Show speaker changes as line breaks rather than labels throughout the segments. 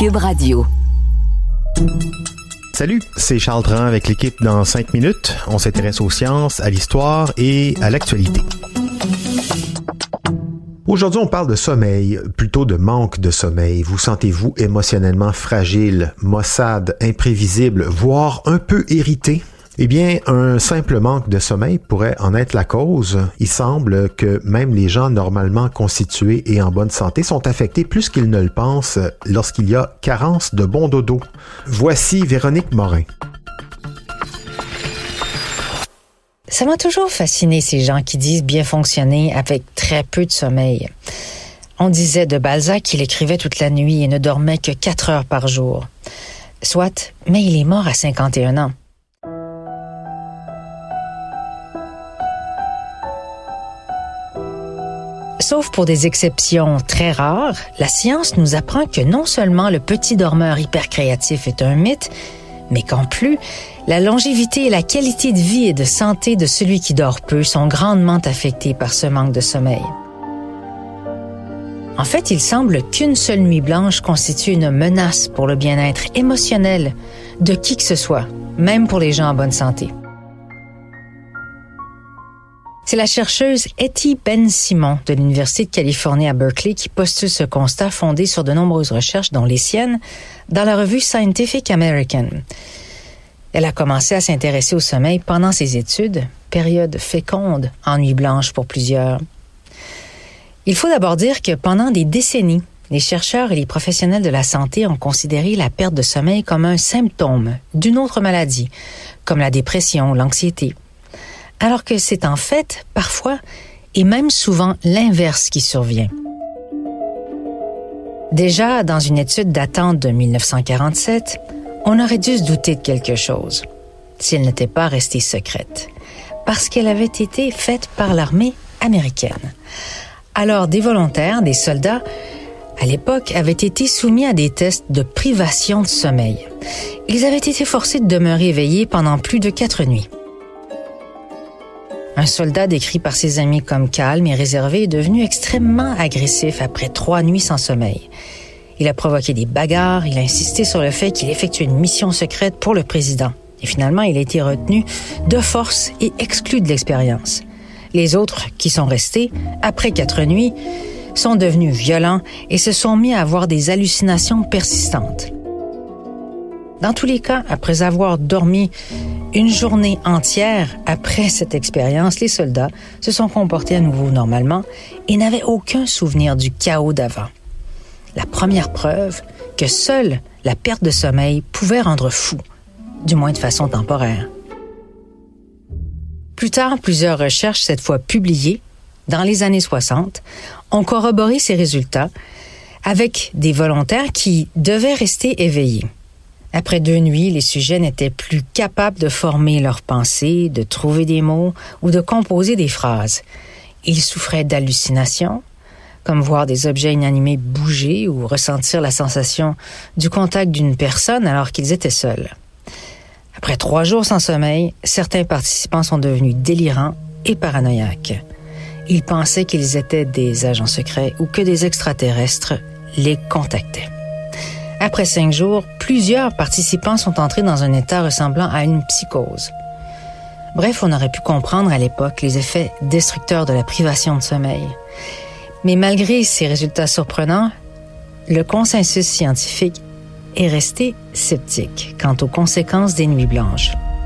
Cube Radio.
Salut, c'est Charles Dran avec l'équipe dans 5 minutes. On s'intéresse aux sciences, à l'histoire et à l'actualité. Aujourd'hui, on parle de sommeil, plutôt de manque de sommeil. Vous sentez-vous émotionnellement fragile, maussade, imprévisible, voire un peu irrité? Eh bien, un simple manque de sommeil pourrait en être la cause. Il semble que même les gens normalement constitués et en bonne santé sont affectés plus qu'ils ne le pensent lorsqu'il y a carence de bon dodo. Voici Véronique Morin.
Ça m'a toujours fasciné ces gens qui disent bien fonctionner avec très peu de sommeil. On disait de Balzac qu'il écrivait toute la nuit et ne dormait que 4 heures par jour. Soit, mais il est mort à 51 ans. Sauf pour des exceptions très rares, la science nous apprend que non seulement le petit dormeur hypercréatif est un mythe, mais qu'en plus, la longévité et la qualité de vie et de santé de celui qui dort peu sont grandement affectées par ce manque de sommeil. En fait, il semble qu'une seule nuit blanche constitue une menace pour le bien-être émotionnel de qui que ce soit, même pour les gens en bonne santé. C'est la chercheuse Etty Ben-Simon de l'Université de Californie à Berkeley qui postule ce constat fondé sur de nombreuses recherches, dont les siennes, dans la revue Scientific American. Elle a commencé à s'intéresser au sommeil pendant ses études, période féconde en nuit blanche pour plusieurs. Il faut d'abord dire que pendant des décennies, les chercheurs et les professionnels de la santé ont considéré la perte de sommeil comme un symptôme d'une autre maladie, comme la dépression ou l'anxiété. Alors que c'est en fait, parfois, et même souvent, l'inverse qui survient. Déjà, dans une étude datant de 1947, on aurait dû se douter de quelque chose, si elle n'était pas restée secrète, parce qu'elle avait été faite par l'armée américaine. Alors, des volontaires, des soldats, à l'époque, avaient été soumis à des tests de privation de sommeil. Ils avaient été forcés de demeurer éveillés pendant plus de 4 nuits. Un soldat décrit par ses amis comme calme et réservé est devenu extrêmement agressif après 3 nuits sans sommeil. Il a provoqué des bagarres, il a insisté sur le fait qu'il effectuait une mission secrète pour le président. Et finalement, il a été retenu de force et exclu de l'expérience. Les autres, qui sont restés, après 4 nuits, sont devenus violents et se sont mis à avoir des hallucinations persistantes. Dans tous les cas, après avoir dormi une journée entière après cette expérience, les soldats se sont comportés à nouveau normalement et n'avaient aucun souvenir du chaos d'avant. La première preuve que seule la perte de sommeil pouvait rendre fou, du moins de façon temporaire. Plus tard, plusieurs recherches, cette fois publiées, dans les années 60, ont corroboré ces résultats avec des volontaires qui devaient rester éveillés. Après 2 nuits, les sujets n'étaient plus capables de former leurs pensées, de trouver des mots ou de composer des phrases. Ils souffraient d'hallucinations, comme voir des objets inanimés bouger ou ressentir la sensation du contact d'une personne alors qu'ils étaient seuls. Après 3 jours sans sommeil, certains participants sont devenus délirants et paranoïaques. Ils pensaient qu'ils étaient des agents secrets ou que des extraterrestres les contactaient. Après 5 jours, plusieurs participants sont entrés dans un état ressemblant à une psychose. Bref, on aurait pu comprendre à l'époque les effets destructeurs de la privation de sommeil. Mais malgré ces résultats surprenants, le consensus scientifique est resté sceptique quant aux conséquences des nuits blanches.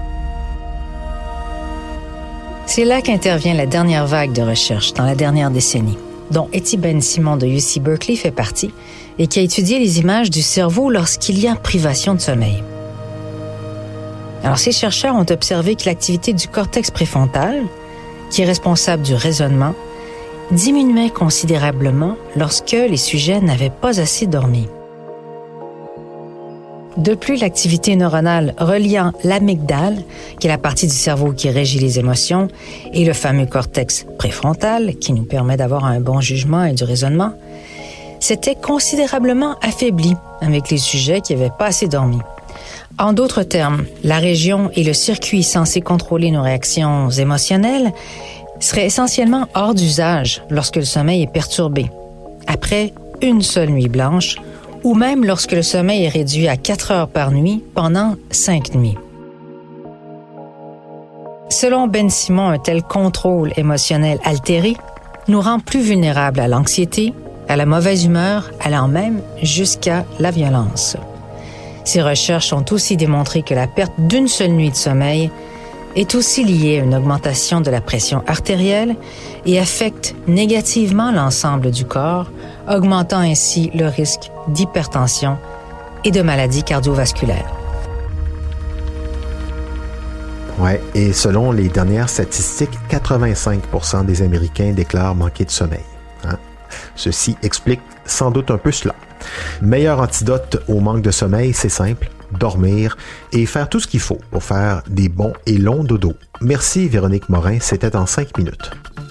C'est là qu'intervient la dernière vague de recherche dans la dernière décennie, dont Etty Ben-Simon de UC Berkeley fait partie, et qui a étudié les images du cerveau lorsqu'il y a privation de sommeil. Alors, ces chercheurs ont observé que l'activité du cortex préfrontal, qui est responsable du raisonnement, diminuait considérablement lorsque les sujets n'avaient pas assez dormi. De plus, l'activité neuronale reliant l'amygdale, qui est la partie du cerveau qui régit les émotions, et le fameux cortex préfrontal, qui nous permet d'avoir un bon jugement et du raisonnement, s'était considérablement affaiblie avec les sujets qui n'avaient pas assez dormi. En d'autres termes, la région et le circuit censé contrôler nos réactions émotionnelles seraient essentiellement hors d'usage lorsque le sommeil est perturbé, après une seule nuit blanche ou même lorsque le sommeil est réduit à 4 heures par nuit pendant 5 nuits. Selon Ben Simon, un tel contrôle émotionnel altéré nous rend plus vulnérables à l'anxiété, à la mauvaise humeur, allant même jusqu'à la violence. Ces recherches ont aussi démontré que la perte d'une seule nuit de sommeil est aussi liée à une augmentation de la pression artérielle et affecte négativement l'ensemble du corps, augmentant ainsi le risque d'hypertension et de maladies cardiovasculaires.
Ouais, et selon les dernières statistiques, 85% des Américains déclarent manquer de sommeil. Ceci explique sans doute un peu cela. Meilleur antidote au manque de sommeil, c'est simple, dormir et faire tout ce qu'il faut pour faire des bons et longs dodos. Merci Véronique Morin, c'était en 5 minutes.